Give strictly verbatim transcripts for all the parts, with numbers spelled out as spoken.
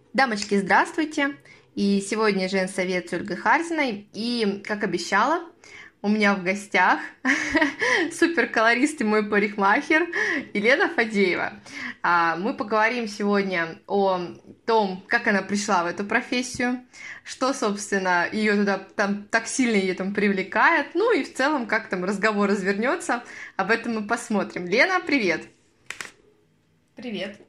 Дамочки, здравствуйте! И сегодня женсовет с Ольгой Харзиной. И, как обещала, у меня в гостях суперколорист и мой парикмахер Елена Фадеева. А, Мы поговорим сегодня о том, как она пришла в эту профессию, что, собственно, ее туда там так сильно ее там привлекает, ну и в целом, как там разговор развернется, об этом мы посмотрим. Лена, привет! Привет.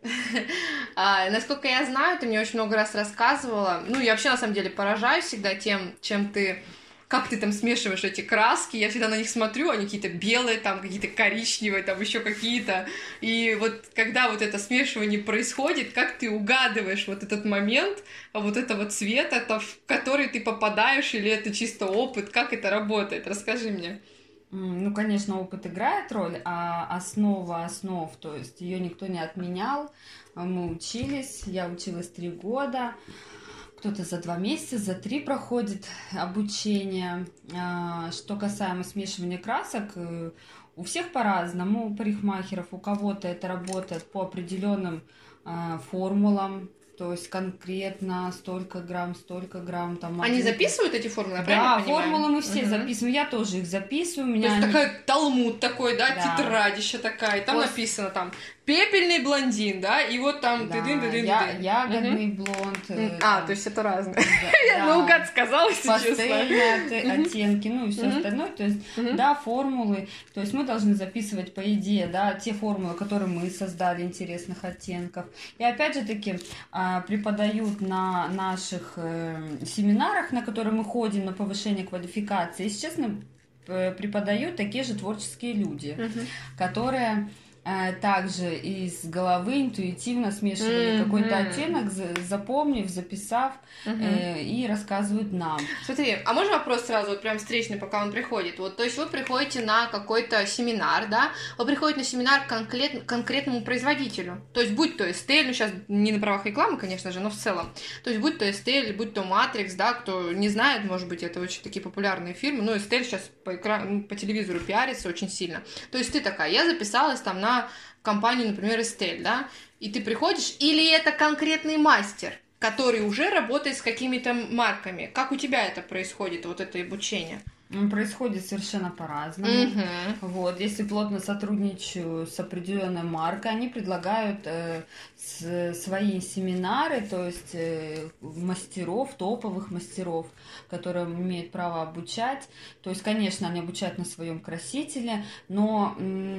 А, насколько я знаю, ты мне очень много раз рассказывала. Ну, я вообще на самом деле поражаюсь всегда тем, чем ты, как ты там смешиваешь эти краски. Я всегда на них смотрю, они какие-то белые, там какие-то коричневые, там еще какие-то. И вот когда вот это смешивание происходит, как ты угадываешь вот этот момент, вот этого цвета, то, в который ты попадаешь, или это чисто опыт, как это работает? Расскажи мне. М, Ну, конечно, опыт играет роль, а основа основ, то есть ее никто не отменял. А Мы учились, я училась три года, кто-то за два месяца, за три проходит обучение. А, Что касаемо смешивания красок, э, у всех по-разному, у парикмахеров, у кого-то это работает по определенным а, формулам, то есть конкретно столько грамм, столько грамм, там Они один. записывают эти формулы, я правильно Да, понимаю? формулы мы все Мгм. записываем. Я тоже их записываю. У То меня есть они... такая талмуд такой, да, Да. тетрадища такая, и там Пос- написано там пепельный блондин, да, и вот там Да, тыдын тыдын я, тыдын. ягодный блонд. Мгм. э, А, там, то есть это разное. да, Я да, наугад сказала, если честно. пастельные отте- Мгм. оттенки, ну и все Мгм. остальное. То есть, Мгм. да, формулы. То есть мы должны записывать, по идее, да, те формулы, которые мы создали, интересных оттенков. И опять же таки а, преподают на наших э, семинарах, на которые мы ходим на повышение квалификации. Если честно, п- преподают такие же творческие люди, Мгм. которые э, также из головы интуитивно смешивали какой-то Мгм. оттенок, за- запомнив, записав, Мгм. э, и рассказывают нам. Смотри, а можно вопрос сразу, вот прям встречный, пока он приходит? Вот, то есть вы приходите на какой-то семинар, да? Вы приходите на семинар к конкрет- конкретному производителю. То есть будь то Estelle, ну сейчас не на правах рекламы, конечно же, но в целом. То есть будь то Estelle, будь то Matrix, да, кто не знает, может быть, это очень такие популярные фирмы. Ну, Estelle сейчас по, экрану, ну, по телевизору пиарится очень сильно. То есть ты такая, я записалась там на компанию, например, Estelle, да? И ты приходишь, или это конкретный мастер, который уже работает с какими-то марками. Как у тебя это происходит, вот это обучение? М, Происходит совершенно по-разному. Мгм. Вот, если плотно сотрудничаю с определенной маркой, они предлагают э, с- свои семинары, то есть э, мастеров, топовых мастеров, которые имеют право обучать. То есть, конечно, они обучают на своем красителе, но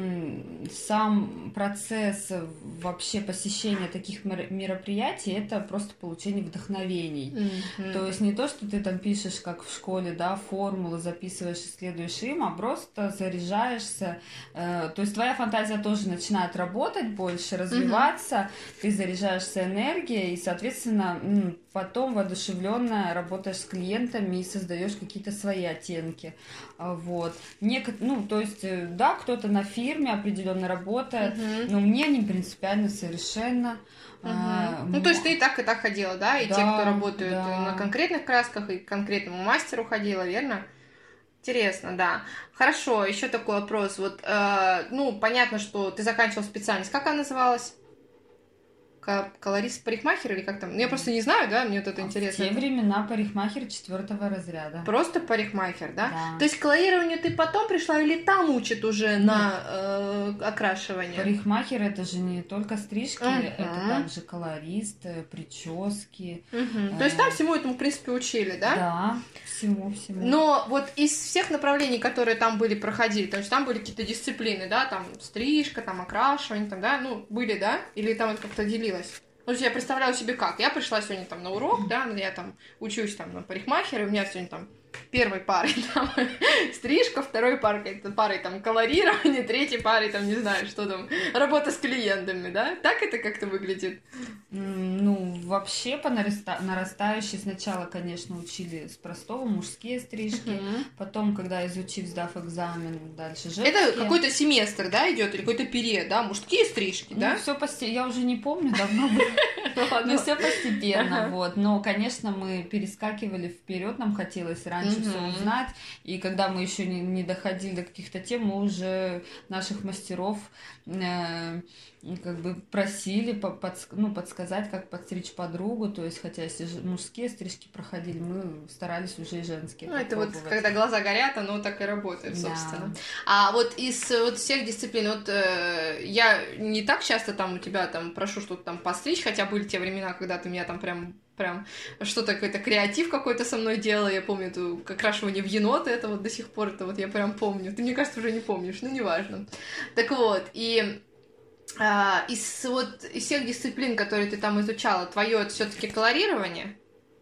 м, сам процесс вообще посещения таких мер- мероприятий — это просто получение вдохновений. Мгм. То есть не то, что ты там пишешь, как в школе, да, формулы записываешь и следуешь им, а просто заряжаешься. Э, То есть твоя фантазия тоже начинает работать больше, развиваться, ты заряжаешься энергией и, соответственно, м, потом воодушевленно работаешь с клиентами и создаешь какие-то свои оттенки. А, Вот. Неко- Ну, то есть, э, да, кто-то на фирме определенно работает, Мгм. но мне не принципиально совершенно. А, Мгм. Ну, то есть ты и так, и так ходила, да? И те, кто Да, работают на да. конкретных красках, и к конкретному мастеру ходила, верно? Интересно, да. Хорошо, еще такой вопрос. Вот, э, ну, понятно, что ты заканчивала специальность. Как она называлась? Ко- Колорист-парикмахер или как там? Ну, я просто не знаю, да, мне вот это А В интересно. те времена парикмахер четвертого разряда. Просто парикмахер, да? Да. То есть к колорированию ты потом пришла или там учат уже на э, окрашивание? Парикмахер — это же не только стрижки, это Мгм. также колорист, э, прически. Мгм. То есть э, там всему этому, в принципе, учили, да? Да, всему, всему. Но вот из всех направлений, которые там были, проходили, то есть там были какие-то дисциплины, да, там стрижка, там окрашивание, там, да, ну, были, да? Или там это как-то делилось? Ну, я представляю себе как. Я пришла сегодня там на урок, да, я там учусь там на парикмахере, у меня сегодня там первой парой там стрижка, второй парой, парой там колорирование, третьей парой там, не знаю, что там, работа с клиентами, да? Так это как-то выглядит? М, Ну, вообще по нараста- нарастающей сначала, конечно, учили с простого мужские стрижки, Мгм. потом, когда изучив, сдав экзамен, дальше женские. Это какой-то семестр, да, идет, или какой-то период, да? Мужские стрижки, Ну, да? все постепенно, я уже не помню, давно было. Ну, ладно. Ну, все постепенно, Ага. вот. Но, конечно, мы перескакивали вперед, нам хотелось раньше все Мгм. узнать. И когда мы еще не, не доходили до каких-то тем, мы уже наших мастеров э, как бы просили по- подс- ну, подсказать, как подстричь постричь подругу, то есть, хотя если мужские стрижки проходили, мы старались уже и женские. Ну, это вот когда глаза горят, оно так и работает, собственно. Да. А вот из вот всех дисциплин, вот э, я не так часто там у тебя там прошу что-то там постричь, хотя были те времена, когда ты меня там прям прям что-то, какой-то креатив какой-то со мной делала, я помню, это окрашивание в енота, это вот до сих пор, это вот я прям помню, ты, мне кажется, уже не помнишь, ну, неважно. Так вот, и а, из вот из всех дисциплин, которые ты там изучала, твое это все-таки колорирование?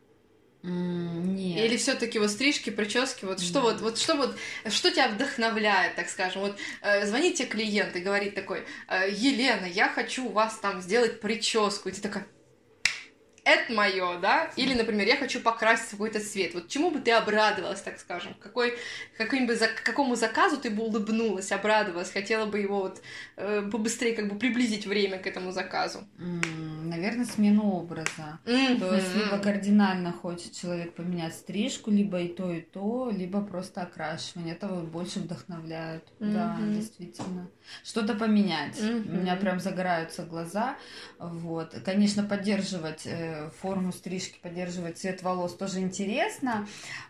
Mm, нет. Или все-таки вот стрижки, прически, вот что вот, вот что вот, что тебя вдохновляет, так скажем, вот э, звонит тебе клиент и говорит такой: Елена, я хочу у вас там сделать прическу, и ты такая: это мое, да? Или, например, я хочу покрасить в какой-то цвет. Вот чему бы ты обрадовалась, так скажем? Какой, каким-нибудь, какому заказу ты бы улыбнулась, обрадовалась, хотела бы его вот э, побыстрее как бы приблизить время к этому заказу? Mm, наверное, смену образа. Mm-hmm. То есть, либо кардинально хочет человек поменять стрижку, либо и то, и то, либо просто окрашивание. Это вот больше вдохновляет. Mm-hmm. Да, действительно. Что-то поменять. Mm-hmm. У меня прям загораются глаза. Вот. Конечно, поддерживать э, форму стрижки, поддерживать цвет волос тоже интересно,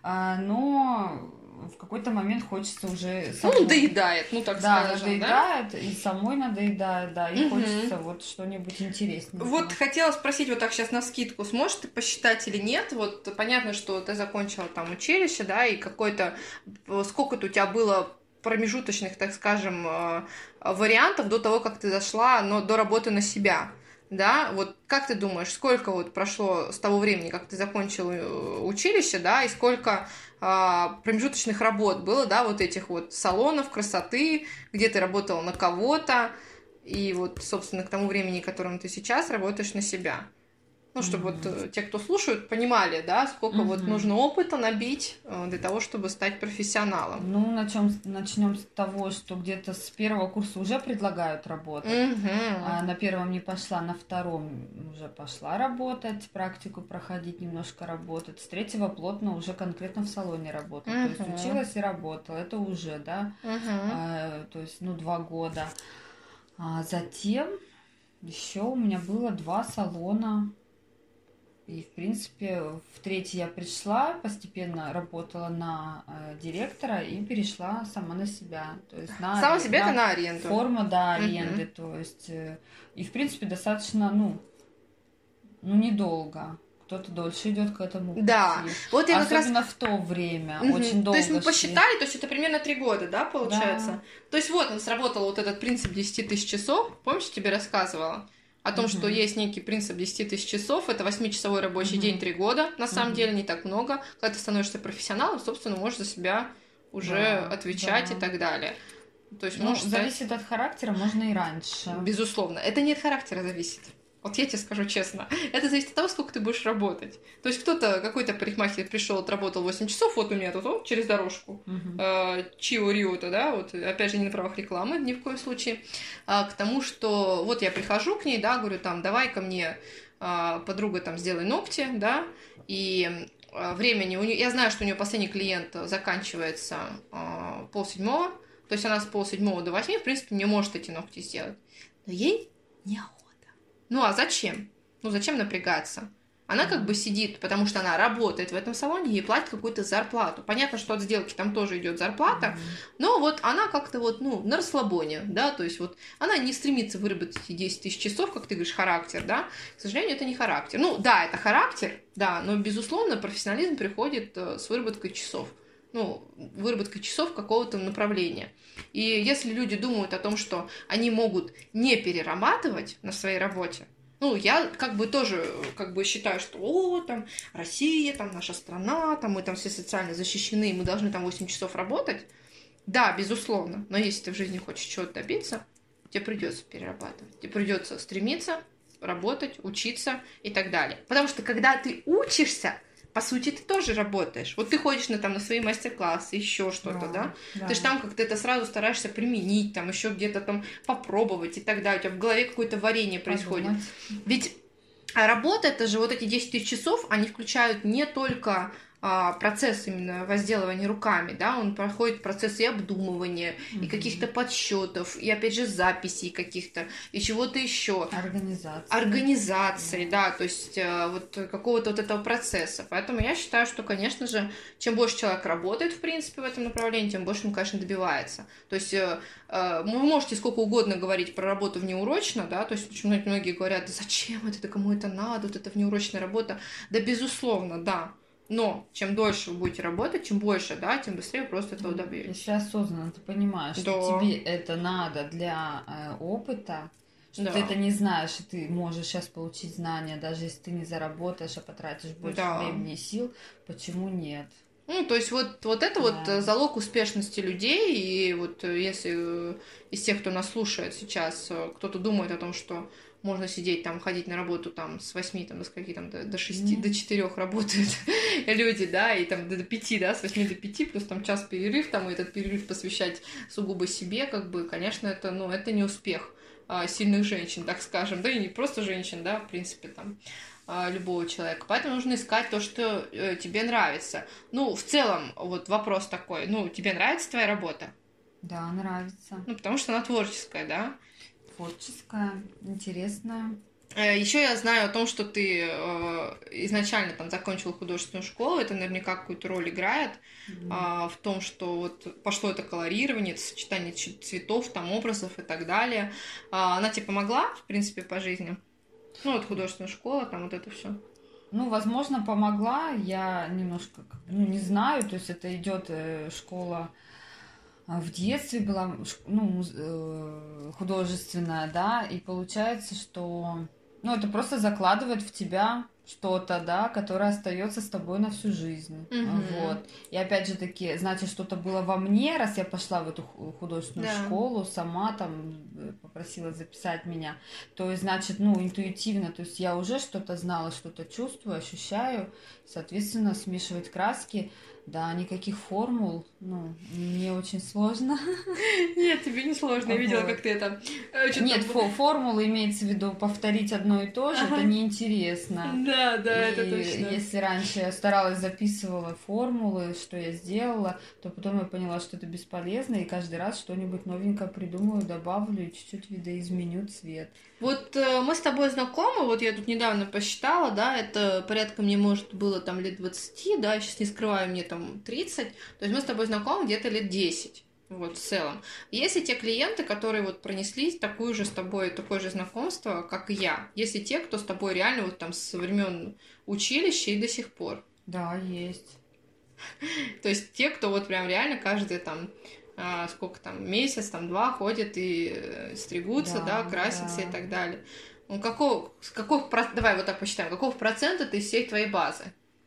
но в какой-то момент хочется уже... Самой... Ну, надоедает, ну так да, скажем, надоедает, да? И самой надоедает, да, и угу. хочется вот что-нибудь интереснее. Вот хотела спросить вот так сейчас навскидку, сможешь ты посчитать или нет? Вот понятно, что ты закончила там училище, да, и какой-то... Сколько-то у тебя было промежуточных, так скажем, вариантов до того, как ты зашла, но до работы на себя. Да, вот как ты думаешь, сколько вот прошло с того времени, как ты закончил училище, да, и сколько а, промежуточных работ было, да, вот этих вот салонов красоты, где ты работала на кого-то, и вот, собственно, к тому времени, которым ты сейчас работаешь на себя. Ну, чтобы mm-hmm. вот те, кто слушают, понимали, да, сколько mm-hmm. вот нужно опыта набить для того, чтобы стать профессионалом. Ну, начнем, начнем с того, что где-то с первого курса уже предлагают работать. Mm-hmm. А на первом не пошла, на втором уже пошла работать, практику проходить, немножко работать. С третьего плотно уже конкретно в салоне работать. Mm-hmm. То есть училась и работала. Это уже, да, mm-hmm. а, то есть, ну, два года. А затем еще у меня было два салона. И, в принципе, в третий я пришла, постепенно работала на э, директора и перешла сама на себя. То есть на сама себе это на аренду. Форма, да, аренды. Uh-huh. То есть, э, и, в принципе, достаточно, ну, ну, недолго. Кто-то дольше идет к этому пути. Да. Вот я Особенно как раз... в то время. Угу. Очень долго. То есть мы шли. посчитали, то есть это примерно три года, да, получается? Да. То есть вот он сработал вот этот принцип десять тысяч часов. Помнишь, я тебе рассказывала? О том, uh-huh. что есть некий принцип десять тысяч часов, это восьмичасовой рабочий uh-huh. день, три года, на самом uh-huh. деле не так много. Когда ты становишься профессионалом, собственно, можешь за себя уже да, отвечать да. и так далее. То есть, ну, может, зависит стать... от характера, можно и раньше. Безусловно. Это не от характера зависит. Вот я тебе скажу честно, это зависит от того, сколько ты будешь работать. То есть кто-то, какой-то парикмахер пришел, отработал восемь часов, вот у меня тут, вот, через дорожку, uh-huh. э, Чио Риото, да, вот, опять же, не на правах рекламы, ни в коем случае, а к тому, что вот я прихожу к ней, да, говорю, там, давай ко мне, э, подруга, там, сделай ногти, да, и э, времени у нее, я знаю, что у нее последний клиент заканчивается э, полседьмого, то есть она с полседьмого до восьми, в принципе, не может эти ногти сделать, но ей неохота. Ну, а зачем? Ну, зачем напрягаться? Она как бы сидит, потому что она работает в этом салоне, ей платят какую-то зарплату. Понятно, что от сделки там тоже идет зарплата, mm-hmm. но вот она как-то вот, ну, на расслабоне, да, то есть вот она не стремится выработать эти десять тысяч часов, как ты говоришь, характер, да, к сожалению, это не характер. Ну, да, это характер, да, но, безусловно, профессионализм приходит с выработкой часов. Ну, выработка часов какого-то направления. И если люди думают о том, что они могут не перерабатывать на своей работе, ну, я как бы тоже как бы считаю, что о, там, Россия, там, наша страна, там, мы там все социально защищены, мы должны там восемь часов работать. Да, безусловно, но если ты в жизни хочешь чего-то добиться, тебе придется перерабатывать, тебе придется стремиться, работать, учиться и так далее. Потому что когда ты учишься, по сути, ты тоже работаешь. Вот ты ходишь на, там, на свои мастер-классы, еще что-то, да? да? Ты же там как-то это сразу стараешься применить, там еще где-то там попробовать и так далее. У тебя в голове какое-то варенье происходит. Подумать. Ведь работа, это же вот эти десять тысяч часов, они включают не только а, процесс именно возделывания руками, да, он проходит процесс и обдумывания, Мгм. и каких-то подсчетов, и опять же записей каких-то, и чего-то еще. Организация. Организации, да, то есть э, вот какого-то вот этого процесса. Поэтому я считаю, что, конечно же, чем больше человек работает, в принципе, в этом направлении, тем больше он, конечно, добивается. То есть э, э, вы можете сколько угодно говорить про работу внеурочно, да, то есть очень многие говорят, да зачем это, да кому это надо, вот это внеурочная работа. Да, безусловно, да. Но чем дольше вы будете работать, чем больше, да, тем быстрее вы просто этого добьетесь. Если осознанно ты понимаешь, Да. что тебе это надо для э, опыта, что Да. ты это не знаешь, и ты можешь сейчас получить знания, даже если ты не заработаешь, а потратишь больше Да. времени и сил, почему нет? Ну, то есть вот, вот это Да. вот э, залог успешности людей, и вот э, если э, из тех, кто нас слушает сейчас, э, кто-то думает о том, что можно сидеть там, ходить на работу там с восьми там, до скольки там, до, до шести, Мгм. до четырех работают люди, да, и там до, до пяти, да, с восьми до пяти, плюс там час перерыв, там, и этот перерыв посвящать сугубо себе, как бы, конечно, это, ну, это не успех а, сильных женщин, так скажем, да, и не просто женщин, да, в принципе, там, а, любого человека. Поэтому нужно искать то, что э, тебе нравится. Ну, в целом, вот вопрос такой, ну, тебе нравится твоя работа? Да, нравится. Ну, потому что она творческая, да? Творческая, интересная. Еще я знаю о том, что ты э, изначально там закончила художественную школу, это наверняка какую-то роль играет Мгм. а, в том, что вот пошло это колорирование, это сочетание ч- цветов, там, образов и так далее. А, она тебе помогла, в принципе, по жизни? Ну, вот художественная школа, там вот это все. Ну, возможно, помогла. Я немножко, как бы, ну, не знаю, то есть это идет э, школа а, в детстве была, ш- ну, муз- э, художественная, да, и получается, что, ну, это просто закладывает в тебя что-то, да, которое остается с тобой на всю жизнь. Мгм. Вот. И опять же таки, значит, что-то было во мне, раз я пошла в эту ху- художественную Да. школу, сама там э, попросила записать меня, то есть, значит, ну, интуитивно, то есть я уже что-то знала, что-то чувствую, ощущаю, соответственно, смешивать краски, да, никаких формул, ну, мне очень сложно. Нет, тебе не сложно. Я видела, Вот. как ты это... э, что-то Нет, там- фо- формулы имеется в виду повторить одно и то же, Ага. это неинтересно. Да, да, это И точно. если раньше я старалась, записывала формулы, что я сделала, то потом я поняла, что это бесполезно, и каждый раз что-нибудь новенькое придумаю, добавлю и чуть-чуть видоизменю цвет. Вот э, мы с тобой знакомы, вот я тут недавно посчитала, да, это порядка мне, может, было там лет двадцать, да, я сейчас не скрываю, мне там тридцать, то есть мы с тобой знакомы где-то лет десять. Вот, в целом. Есть и те клиенты, которые вот пронеслись такую же с тобой, такое же знакомство, как и я. Есть и те, кто с тобой реально вот там со времен училища и до сих пор. Да, есть. То есть те, кто вот прям реально каждый там а, сколько там, месяц, там два ходят и э, стригутся, да, Да, красятся да. и так далее. Ну, какого, с какого, про- давай вот так посчитаем, какого процента ты из всей твоей базы?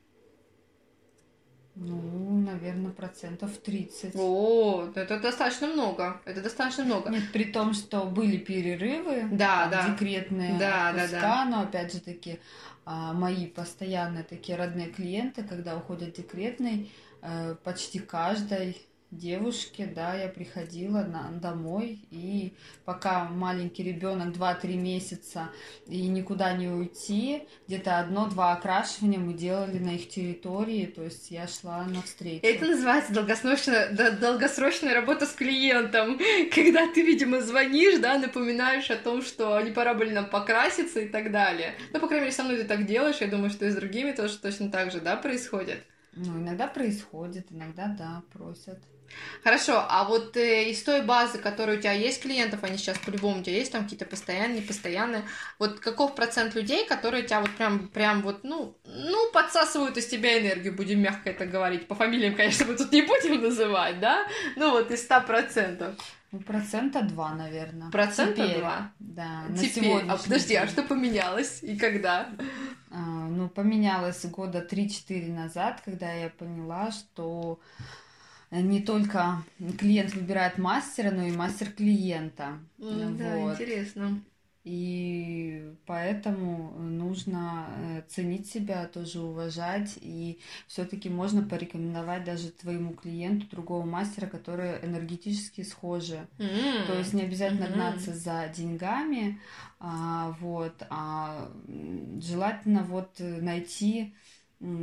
Ну, наверное, процентов тридцать. О, это достаточно много, это достаточно много. Нет, при том, что были перерывы, Да, там, да. декретные Да, да, отпуска, да. но опять же таки а, мои постоянные такие родные клиенты, когда уходят в декретный, э, почти каждой девушке, да, я приходила на, домой, и пока маленький ребенок два-три месяца и никуда не уйти, где-то одно-два окрашивания мы делали на их территории, то есть я шла навстречу. Это называется долгосрочная, д- долгосрочная работа с клиентом, когда ты, видимо, звонишь, да, напоминаешь о том, что не пора бы ли нам покраситься и так далее. Ну, по крайней мере, со мной ты так делаешь, я думаю, что и с другими тоже точно так же, да, происходит. Ну, иногда происходит, иногда, да, просят. Хорошо, а вот э, из той базы, которая у тебя есть клиентов, они сейчас по-любому у тебя есть там какие-то постоянные, непостоянные, вот каков процент людей, которые тебя вот прям, прям вот, ну, ну, подсасывают из тебя энергию, будем мягко это говорить, по фамилиям, конечно, мы тут не будем называть, да, ну вот из ста процентов. Ну, процента два, наверное. Процента Теперь, два? Да, на Теперь, сегодняшний а подожди, а день. что поменялось и когда? А, ну, поменялось года три-четыре назад, когда я поняла, что не только клиент выбирает мастера, но и мастер клиента. М, Да, Вот. интересно. И поэтому нужно э, ценить себя, тоже уважать. И все-таки можно порекомендовать даже твоему клиенту другого мастера, которые энергетически схожи. М, То есть не обязательно мгм. гнаться за деньгами, а, вот, а м, желательно вот э, найти м,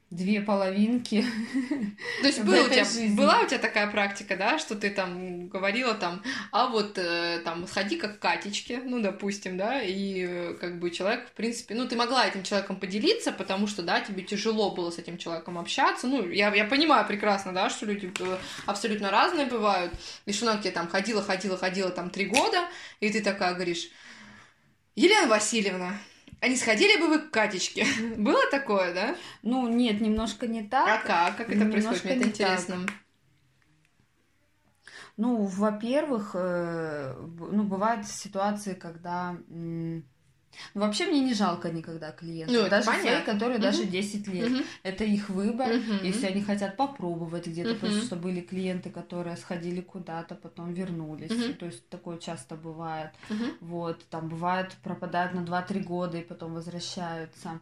две половинки. То есть был у тебя, была у тебя такая практика, да, что ты там говорила там, а вот э, там сходи как к Катечке, ну, допустим, да, и э, как бы человек, в принципе, ну, ты могла этим человеком поделиться, потому что, да, тебе тяжело было с этим человеком общаться, ну, я, я понимаю прекрасно, да, что люди абсолютно разные бывают, и что она к тебе там ходила, ходила, ходила там три года, и ты такая говоришь: Елена Васильевна, а не сходили бы вы к Катечке? Было такое, да? Ну, нет, немножко не так. А как? Как это происходит? Мне это интересно. Так. Ну, во-первых, э, ну, бывают ситуации, когда... М- ну, вообще мне не жалко никогда клиентов. Ну, даже понятно. свои, которые Мгм. даже десять лет. Мгм. Это их выбор. Мгм. Если они хотят попробовать где-то, Мгм. потому что были клиенты, которые сходили куда-то, потом вернулись. Мгм. То есть такое часто бывает. Мгм. Вот, там бывает, пропадают на два-три года и потом возвращаются.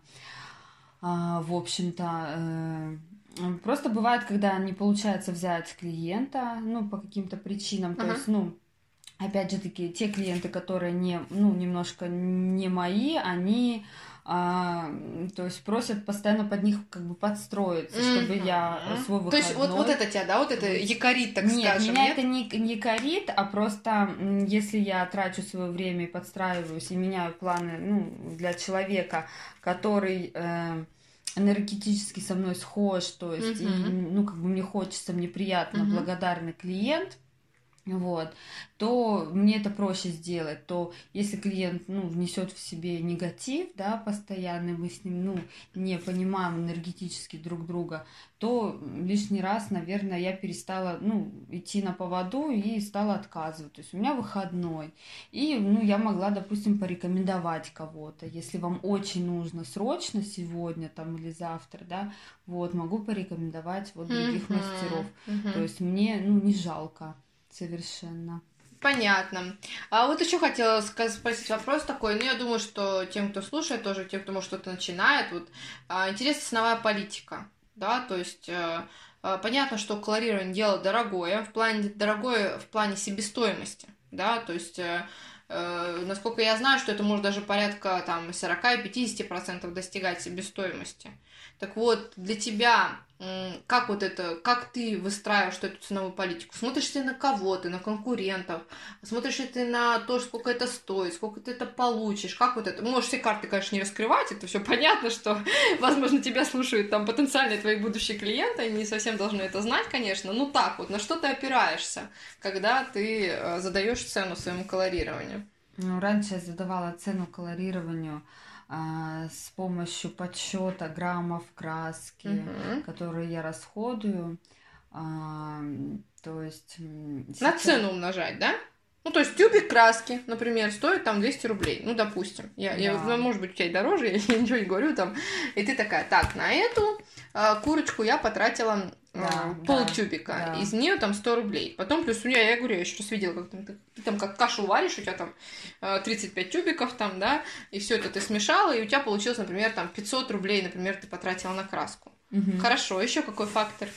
А, в общем-то, э, просто бывает, когда не получается взять клиента, ну, по каким-то причинам. То Ага. есть, ну, опять же таки, те клиенты, которые не, ну, немножко не мои, они, а, то есть, просят постоянно под них как бы подстроиться, чтобы Мгм. я свой выходной... То есть вот, вот это тебя, да, вот это якорит, так Нет, скажем, меня нет? это не, не корит, а просто м, если я трачу свое время и подстраиваюсь, и меняю планы, ну, для человека, который э, энергетически со мной схож, то есть, и, Мгм. ну, как бы мне хочется, мне приятно, Мгм. благодарный клиент, вот, то мне это проще сделать. То если клиент, ну, внесет в себе негатив, да, постоянный, мы с ним, ну, не понимаем энергетически друг друга, то лишний раз, наверное, я перестала, ну, идти на поводу и стала отказывать. То есть у меня выходной. И, ну, я могла, допустим, порекомендовать кого-то. Если вам очень нужно срочно сегодня там или завтра, да, вот, могу порекомендовать вот других Мгм. мастеров. Мгм. То есть мне, ну, не жалко. Совершенно. Понятно. А вот еще хотела сказ- спросить вопрос такой, ну, я думаю, что тем, кто слушает, тоже тем, кто, может, что-то начинает, вот, а, интересна ценовая политика, да, то есть, э, э, понятно, что колорирование дело дорогое, в плане, дорогое в плане себестоимости, да, то есть, э, э, насколько я знаю, что это может даже порядка, там, сорок-пятьдесят процентов достигать себестоимости. Так вот, для тебя м, как вот это, как ты выстраиваешь эту ценовую политику? Смотришь ты на кого ты, на конкурентов? Смотришь ли ты на то, сколько это стоит, сколько ты это получишь? Как вот это? Можешь все карты, конечно, не раскрывать, это все понятно, что, возможно, тебя слушают там потенциальные твои будущие клиенты, они не совсем должны это знать, конечно. Ну так вот, на что ты опираешься, когда ты э, задаешь цену своему колорированию? Ну, раньше я задавала цену колорированию а, с помощью подсчета граммов краски, Мгм. которые я расходую. А, то есть м, На сейчас... цену умножать, да? Ну, то есть тюбик краски, например, стоит там двести рублей, ну, допустим. Я, я, Да. ну, может быть, у тебя и дороже, я ничего не говорю там. И ты такая: так, на эту э, курочку я потратила э, Да, полтюбика, да, да. из нее там сто рублей. Потом плюс у меня, я говорю, я еще раз видела, как там, ты, ты там как кашу варишь, у тебя там э, тридцать пять тюбиков там, да, и все это ты смешала, и у тебя получилось, например, там пятьсот рублей, например, ты потратила на краску. Мгм. Хорошо, еще какой фактор?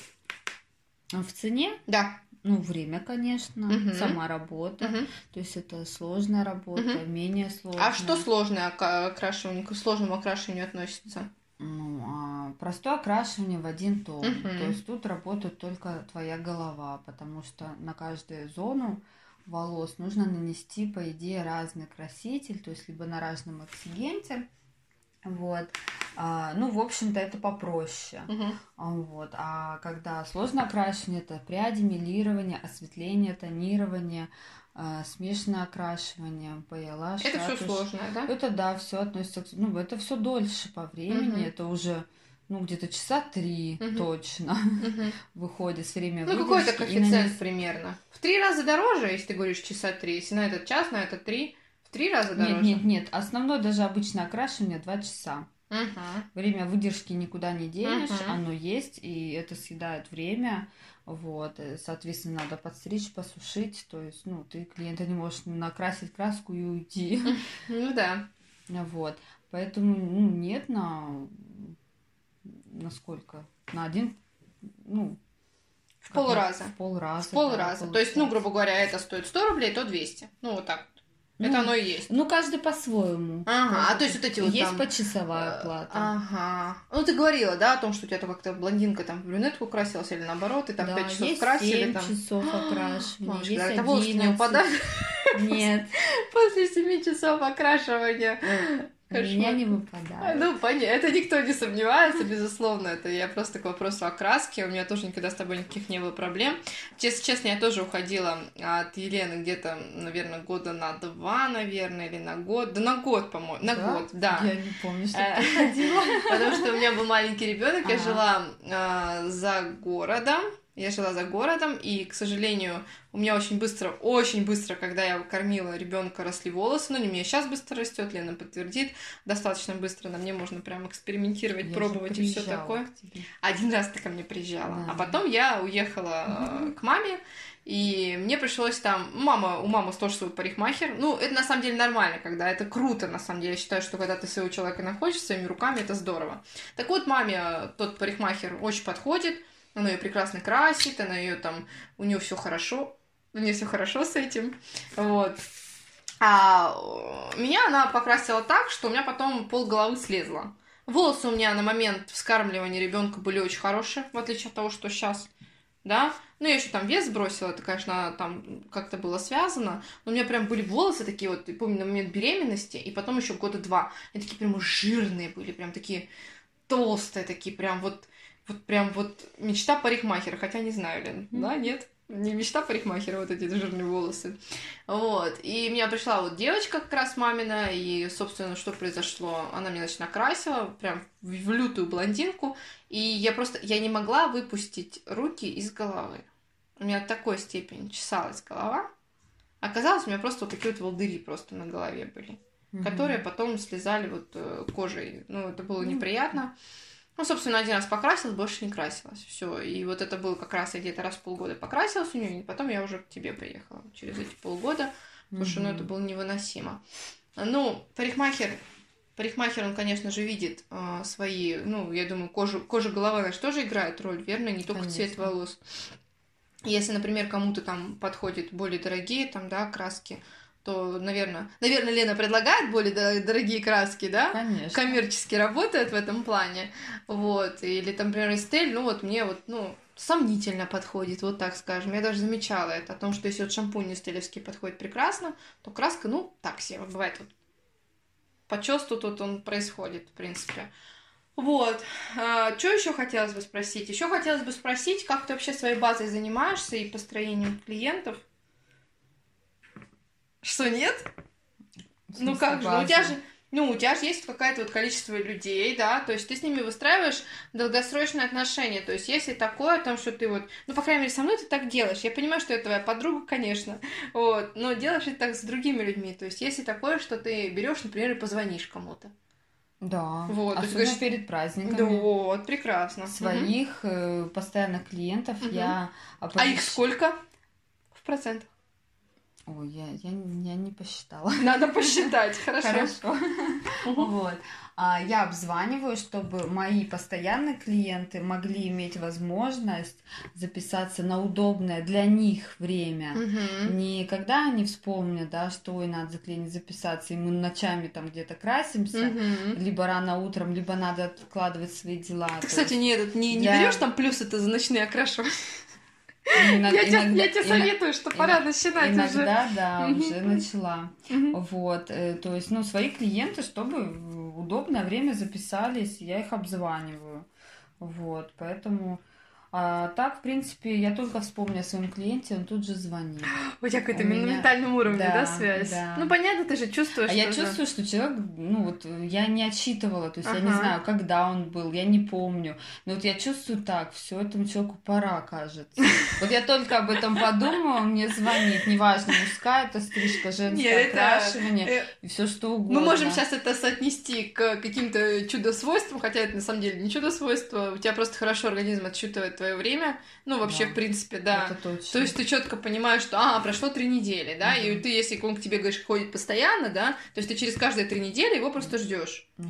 В цене, Да. ну, время, конечно, Мгм. сама работа. Мгм. То есть это сложная работа, Мгм. менее сложная. А что сложное ока- окрашивание, к сложному окрашиванию относится? Ну, а простое окрашивание в один тон. Мгм. То есть тут работает только твоя голова, потому что на каждую зону волос нужно нанести, по идее, разный краситель, то есть либо на разном эксигенте. Вот. А, ну, в общем-то, это попроще. Мгм. А, Вот. А когда сложное окрашивание, это пряди, мелирование, осветление, тонирование, а, смешанное окрашивание, пейелаж, Это все ратушь. сложное, да? Это да, все относится к... Ну, это все дольше по времени. Мгм. Это уже, ну, где-то часа три Мгм. точно Мгм. выходит с время Ну, какой это выдержки. И коэффициент нанес- примерно? В три раза дороже, если ты говоришь часа три. Если на этот час, на этот три, в три раза Нет, дороже? нет, нет. Основное даже обычное окрашивание два часа. Мгм. Время выдержки никуда не денешь, Мгм. оно есть, и это съедает время. Вот, и, соответственно, надо подстричь, посушить. То есть, ну, ты клиента не можешь накрасить краску и уйти. Ну да. Вот. Поэтому, ну, нет, на, на сколько? На один, ну, В как на- полраза. в полраза, В полраза. да, То есть, ну, получается. грубо говоря, это стоит сто рублей, то двести. Ну, вот так вот. Ну, это оно и есть. Ну, каждый по-своему. Ага, а то есть вот эти вот Есть там... почасовая плата. Ага. Ну, ты говорила, да, о том, что у тебя как-то блондинка там в брюнетку красилась или наоборот, и там Да, пять часов есть красили. семь там... часов окрашивания, Мамочка, есть это волосы не одиннадцать. упадают? Нет. После семи часов окрашивания. У меня не выпадает. Ну, понятно. Это никто не сомневается, безусловно. Это я просто к вопросу окраски. У меня тоже никогда с тобой никаких не было проблем. Честно, честно, я тоже уходила от Елены где-то, наверное, года на два, наверное, или на год. Да на год, по-моему. На Да? год, да. Я не помню, что ты ходила. Потому что у меня был маленький ребенок, я Ага. жила а, за городом. Я жила за городом, и, к сожалению, у меня очень быстро, очень быстро, когда я кормила ребенка, росли волосы. Ну, не мне сейчас быстро растет, Лена подтвердит. Достаточно быстро на мне можно прям экспериментировать, Я пробовать же и все приезжала такое. к тебе. Один раз ты ко мне приезжала, Да. а потом я уехала э, к маме, и мне пришлось там... Мама, у мамы тоже свой парикмахер. Ну, это на самом деле нормально, когда это круто, на самом деле. Я считаю, что когда ты своего человека находишь своими руками, это здорово. Так вот, маме тот парикмахер очень подходит, она ее прекрасно красит, она ее там... У нее все хорошо, у нее все хорошо с этим, вот. А меня она покрасила так, что у меня потом пол головы слезло. Волосы у меня на момент вскармливания ребенка были очень хорошие, в отличие от того, что сейчас, да. Ну, я еще там вес сбросила, это, конечно, там как-то было связано. Но у меня прям были волосы такие вот, я помню, на момент беременности, и потом еще года два. Они такие прям жирные были, прям такие толстые, такие прям вот, вот прям вот мечта парикмахера. Хотя не знаю, Лен, mm-hmm. да, нет? Не мечта парикмахера, вот эти жирные волосы. Вот. И у меня пришла вот девочка как раз мамина, и, собственно, что произошло? Она меня, значит, накрасила прям в лютую блондинку, и я просто, я не могла выпустить руки из головы. У меня до такой степени чесалась голова. Оказалось, у меня просто вот такие вот волдыри просто на голове были, mm-hmm. которые потом слезали вот кожей. Ну, это было mm-hmm. неприятно. Ну, собственно, один раз покрасилась, больше не красилась. Все. И вот это было как раз, я где-то раз в полгода покрасилась у нее, и потом я уже к тебе приехала через эти полгода, потому что, ну, это было невыносимо. Ну, парикмахер, парикмахер, он, конечно же, видит э, свои, ну, я думаю, кожа, кожа головы, она же тоже играет роль, верно? Не только конечно. Цвет волос. Если, например, кому-то там подходят более дорогие, там, да, краски, то, наверное, наверное, Лена предлагает более дорогие краски, да? Конечно. Коммерчески работает в этом плане, вот, или, там, например, Эстель, ну, вот мне вот, ну, сомнительно подходит, вот так скажем, я даже замечала это, о том, что если вот шампунь эстелевский подходит прекрасно, то краска, ну, так себе, бывает вот, по чёсту тут он происходит, в принципе. Вот, а, что еще хотелось бы спросить? Еще хотелось бы спросить, как ты вообще своей базой занимаешься и построением клиентов? Что, нет? Ну как же, ну, у тебя же, ну, у тебя же есть какое-то вот количество людей, да, то есть ты с ними выстраиваешь долгосрочные отношения, то есть если такое, там, что ты вот, ну, по крайней мере, со мной ты так делаешь, я понимаю, что я твоя подруга, конечно, вот, но делаешь это так с другими людьми, то есть если такое, что ты берешь, например, и позвонишь кому-то. Да, вот, особенно говоришь, перед праздниками. Да, вот, прекрасно. Своих угу. постоянных клиентов угу. я... Оповещ... А их сколько в процентах? Ой, я, я, я не посчитала. Надо посчитать, хорошо. Хорошо. Вот. А я обзваниваю, чтобы мои постоянные клиенты могли иметь возможность записаться на удобное для них время. Угу. Не когда они вспомнят, да, что ой, надо заклинить записаться, и мы ночами там где-то красимся, угу. либо рано утром, либо надо откладывать свои дела. Ты, кстати, не, этот, не, не для... берешь там плюсы-то за ночные окрашивания? Иногда, я, иногда, тебе, я тебе иногда, советую, что пора иногда, начинать иногда, уже. Иногда, да, mm-hmm. уже начала. Mm-hmm. Вот, э, то есть, ну, свои клиенты, чтобы в удобное время записались, я их обзваниваю. Вот, поэтому... А так, в принципе, я только вспомню о своем клиенте, он тут же звонит. У тебя какой-то на ментальном уровне, да, да связь? Да. Ну, понятно, ты же чувствуешь. А я же... чувствую, что человек, ну, вот, я не отчитывала, то есть ага. я не знаю, когда он был, я не помню. Но вот я чувствую так, все этому человеку пора, кажется. Вот я только об этом подумала, он мне звонит, неважно, мужская это стрижка, женское окрашивание, и все что угодно. Мы можем сейчас это соотнести к каким-то чудо-свойствам, хотя это на самом деле не чудо-свойство, у тебя просто хорошо организм отсчитывает твое время, ну, вообще, да. в принципе, да. Это точно. То есть ты четко понимаешь, что, а, прошло три недели, да, угу. и ты, если он к тебе, говоришь, ходит постоянно, да, то есть ты через каждые три недели его просто ждешь. Нет.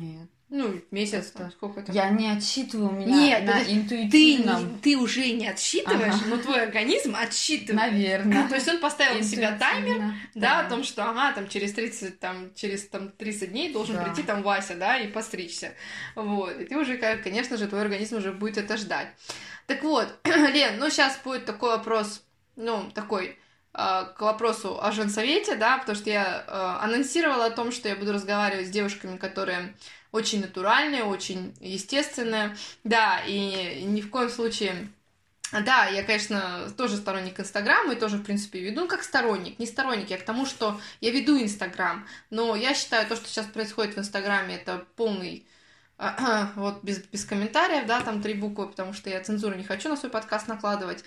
Ну, месяц, Это- там, сколько это? Я не отсчитываю, у меня Нет, на это ты, интуитивном. не- ты уже не отсчитываешь, Ага. но твой организм отсчитывает. Наверное. То есть он поставил на себя таймер, Интуитивно, да, о том, что, ага, там через тридцать, там, через там, тридцать дней должен Да. прийти там Вася, да, и постричься. Вот, и ты уже, как- конечно же, твой организм уже будет это ждать. Так вот, Лен, ну сейчас будет такой вопрос, ну, такой, э, к вопросу о женсовете, да, потому что я э, анонсировала о том, что я буду разговаривать с девушками, которые очень натуральные, очень естественные, да, и ни в коем случае... Да, я, конечно, тоже сторонник Инстаграма и тоже, в принципе, веду, ну, как сторонник, не сторонник, я к тому, что я веду Инстаграм, но я считаю, то, что сейчас происходит в Инстаграме, это полный, вот, без, без комментариев, да, там три буквы, потому что я цензуру не хочу на свой подкаст накладывать.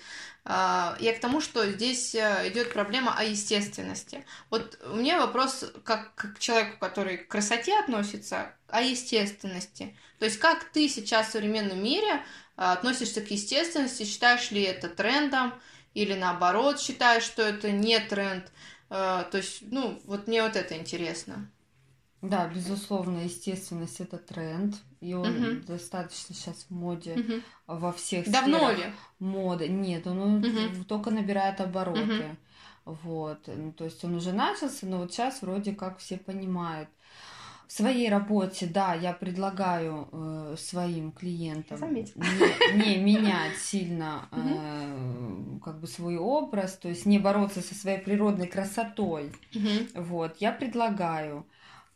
А, Я к тому, что здесь э, идет проблема о естественности. Вот у меня вопрос, как к человеку, который к красоте относится, о естественности. То есть как ты сейчас в современном мире а, относишься к естественности, считаешь ли это трендом, или наоборот считаешь, что это не тренд. А, То есть, ну, вот мне вот это интересно. Да, безусловно, естественность это тренд, и он Мгм. достаточно сейчас в моде Мгм. во всех Давно сферах ли? моды. Нет, он Мгм. только набирает обороты. Мгм. Вот. Ну, то есть он уже начался, но вот сейчас вроде как все понимают. В своей работе, да, я предлагаю э, своим клиентам Заметила. не, не менять сильно Мгм. э, как бы свой образ, то есть не бороться со своей природной красотой. Мгм. Вот, я предлагаю,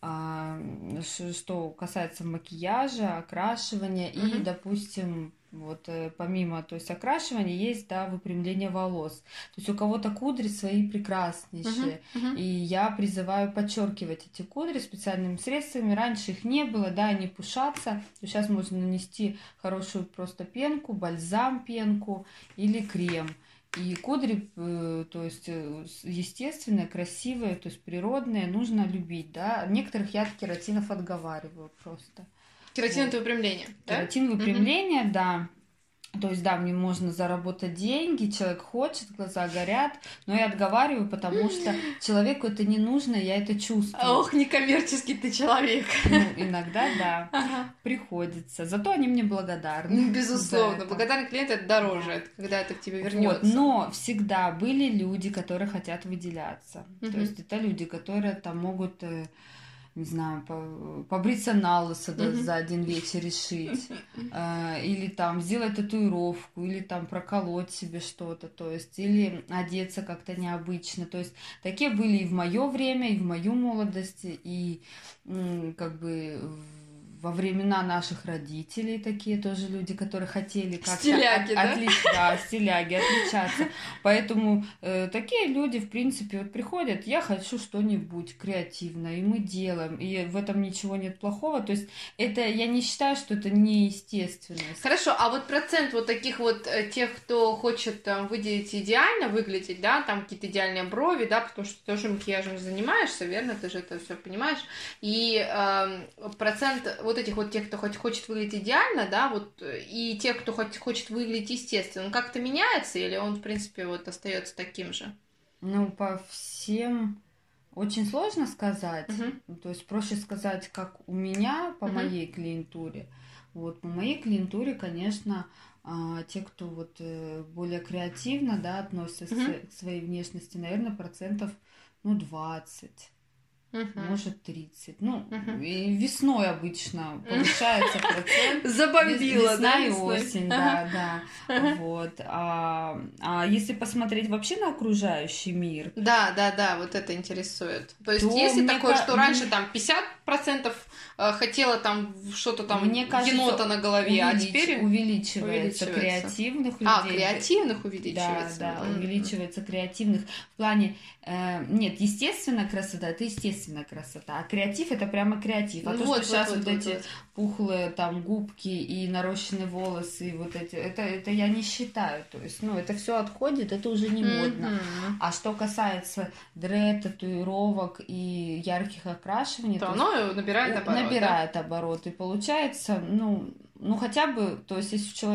а, ш- что касается макияжа, окрашивания и, Мгм. допустим, вот э, помимо, то есть окрашивания есть, да, выпрямление волос. То есть у кого-то кудри свои Мгм. прекраснейшие, Мгм. и я призываю подчеркивать эти кудри специальными средствами. Раньше их не было, да, они пушатся. То сейчас можно нанести хорошую просто пенку, бальзам пенку или крем. И кудри, э, то есть э, с- естественные, красивые, то есть природные, нужно любить, да. Некоторых я от кератинов отговариваю просто. Кератин Вот. это выпрямление, да? Кератин Мгм. выпрямление, да. То есть, да, мне можно заработать деньги, человек хочет, глаза горят, но я отговариваю, потому что человеку это не нужно, я это чувствую. Ох, некоммерческий ты человек. Ну, иногда, да, Ага. приходится. Зато они мне благодарны Ну, за безусловно, это. благодарный клиент это дороже, Да. это когда это к тебе Вот, вернется. но всегда были люди, которые хотят выделяться. То Мгм. есть это люди, которые там могут, э, не знаю, по- побриться на лысо да, Мгм. за один вечер решить, э, или там сделать татуировку, или там проколоть себе что-то, то есть, или одеться как-то необычно. То есть такие были и в мое время, и в мою молодость, и м, как бы в- во времена наших родителей такие тоже люди, которые хотели как-то Стиляги, да? отли- да, стиляги, отличаться. Поэтому э, такие люди, в принципе, вот приходят, я хочу что-нибудь креативное, и мы делаем, и в этом ничего нет плохого. То есть это, я не считаю, что это неестественность. Хорошо, а вот процент вот таких вот э, тех, кто хочет там выделить идеально выглядеть, да, там какие-то идеальные брови, да, потому что ты тоже макияжем занимаешься, верно, ты же это все понимаешь, и эм, процент вот этих вот тех, кто хоть хочет выглядеть идеально, да, вот, э, и тех, кто хоть хочет выглядеть естественно, он как-то меняется или он, в принципе, вот остается таким же? Ну, по всем очень сложно сказать. Мгм. То есть проще сказать, как у меня по Мгм. моей клиентуре. Вот по моей клиентуре, конечно, а, те, кто вот э, более креативно, да, относятся Мгм. к своей внешности, наверное, процентов, ну, двадцать. Мгм. Может, тридцать. Ну, Мгм. и весной обычно повышается процент. Вес- Забомбила, Весна да, и весной? осень, Ага. да, да. Ага. Вот. А, а если посмотреть вообще на окружающий мир, Да, да, да, вот это интересует. То есть, то если мне такое, ка- что раньше мне- там пятьдесят процентов э, хотела там что-то там Мне кажется, енота на голове, а увелич- теперь увеличивается увеличивается. креативных А, людей. креативных Да, увеличивается. да, М. увеличивается креативных в плане, э, нет, естественная красота, это естественная красота, а креатив это прямо креатив. А Ну то, вот, что сейчас вот, вот, вот, эти вот. пухлые там губки и нарощенные волосы, и вот эти, это, это я не считаю, то есть, ну, это все отходит, это уже не модно. Мгм. А что касается дред, татуировок и ярких окрашиваний, То то оно набирает у- оборот, да? набирает обороты. Получается, ну, ну хотя бы, то есть если человек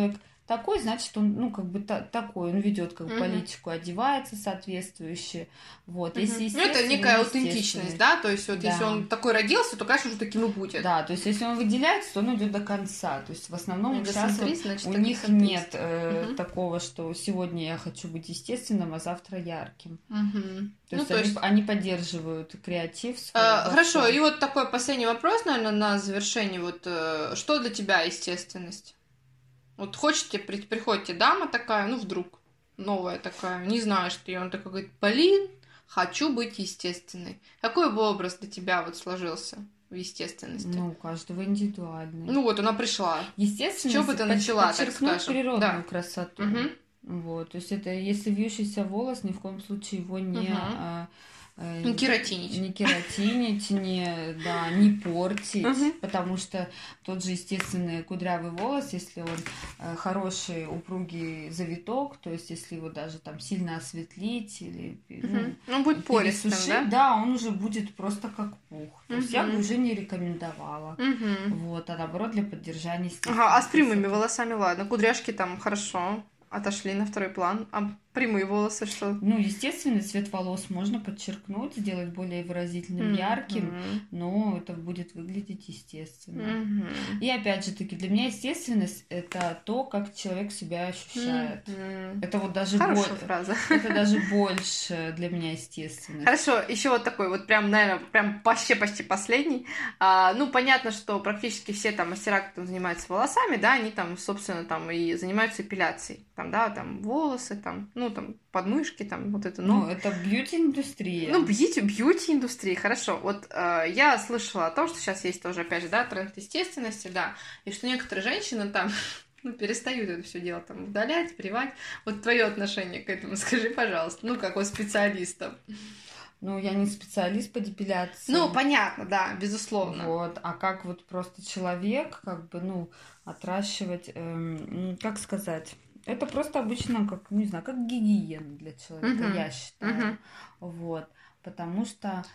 такой, значит, он, ну, как бы та- такой, он ведет как бы Мгм. политику, одевается соответствующе. Вот. Если Мгм. Ну, это естественно, некая естественный. аутентичность, да? То есть, вот если Да. он такой родился, то, конечно же, таким и будет. Да, то есть если он выделяется, то он идет до конца. То есть в основном сейчас вот Эгоцентрист, значит, у них эгоцентрист. нет э, Мгм. такого, что сегодня я хочу быть естественным, а завтра ярким. Мгм. То Ну, есть, то они, есть... они поддерживают креатив свой. э, во Хорошо, всем. и вот такой последний вопрос, наверное, на завершение. Вот э, что для тебя естественность? Вот хочете, при- приходит тебе дама такая, ну, вдруг, новая такая, не знаешь ты, и он такой говорит, блин, хочу быть естественной. Какой бы образ для тебя вот сложился в естественности? Ну, у каждого индивидуальный. Ну, вот она пришла. Естественно, с чего бы ты под- начала, так подчеркнуть скажем? природную Да. красоту. Мгм. Вот, то есть это если вьющийся волос, ни в коем случае его не, Мгм. а, э, Не кератинить. не кератинить, не, да, не портить, Мгм. потому что тот же естественный кудрявый волос, если он э, хороший упругий завиток, то есть если его даже там сильно осветлить или ну, Мгм. Он будет пористым, пересушить, да? да, он уже будет просто как пух. То есть я бы Мгм. уже не рекомендовала. Мгм. Вот, а наоборот для поддержания Ага, а с прямыми красоты. волосами, ладно, кудряшки там хорошо отошли на второй план, а прямые волосы что? Ну, естественный цвет волос можно подчеркнуть, сделать более выразительным, Мгм. ярким, но это будет выглядеть естественно. Мгм. И опять же таки, для меня естественность это то, как человек себя ощущает. Мгм. Это вот даже Хорошая бо- фраза. это даже больше для меня естественность. Хорошо, еще вот такой вот прям, наверное, прям почти-почти последний. А, ну, понятно, что практически все там мастера, кто там занимается волосами, да, они там, собственно, там и занимаются эпиляцией. Там, да, там волосы, там, ну, там, подмышки, там, вот это, Ну, ну, это бьюти-индустрия. ну, бьюти, бьюти-индустрии, хорошо. Вот э, я слышала о том, что сейчас есть тоже, опять же, да, тренд естественности, да, и что некоторые женщины там ну, перестают это все дело там удалять, привать. Вот твое отношение к этому скажи, пожалуйста, ну, как у специалиста. Ну, я не специалист по депиляции. Ну, понятно, да, безусловно. Вот, а как вот просто человек, как бы, ну, отращивать, эм, м, как сказать, это просто обычно, как, не знаю, как гигиена для человека, Мгм. я считаю. Мгм. Вот, потому что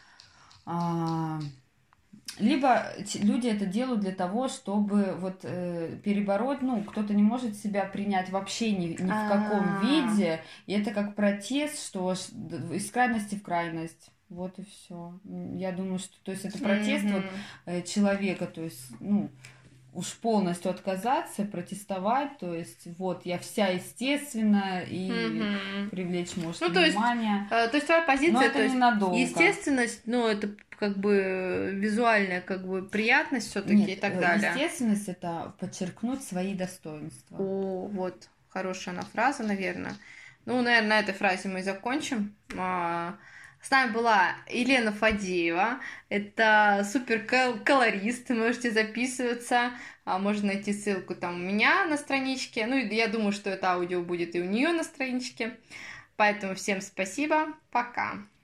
а, либо те- люди это делают для того, чтобы вот э, перебороть, ну, кто-то не может себя принять вообще ни, ни в каком А. виде, и это как протест, что ж- д- из крайности в крайность. Вот и все. Я думаю, что, то есть это протест вот Мгм. э, человека, то есть, ну, уж полностью отказаться, протестовать, то есть, вот, я вся естественная, и Мгм. привлечь, может, Ну, то есть, внимание. Э, То есть твоя позиция, Но то это есть ненадолго. естественность, ну, это как бы визуальная как бы приятность все таки и Нет, так э, далее. естественность это подчеркнуть свои достоинства. О, вот, хорошая она фраза, наверное. Ну, наверное, на этой фразе мы и закончим. А, С нами была Елена Фадеева. Это супер кол- колорист. Можете записываться. А, Можно найти ссылку там у меня на страничке. Ну, и я думаю, что это аудио будет и у нее на страничке. Поэтому всем спасибо. Пока.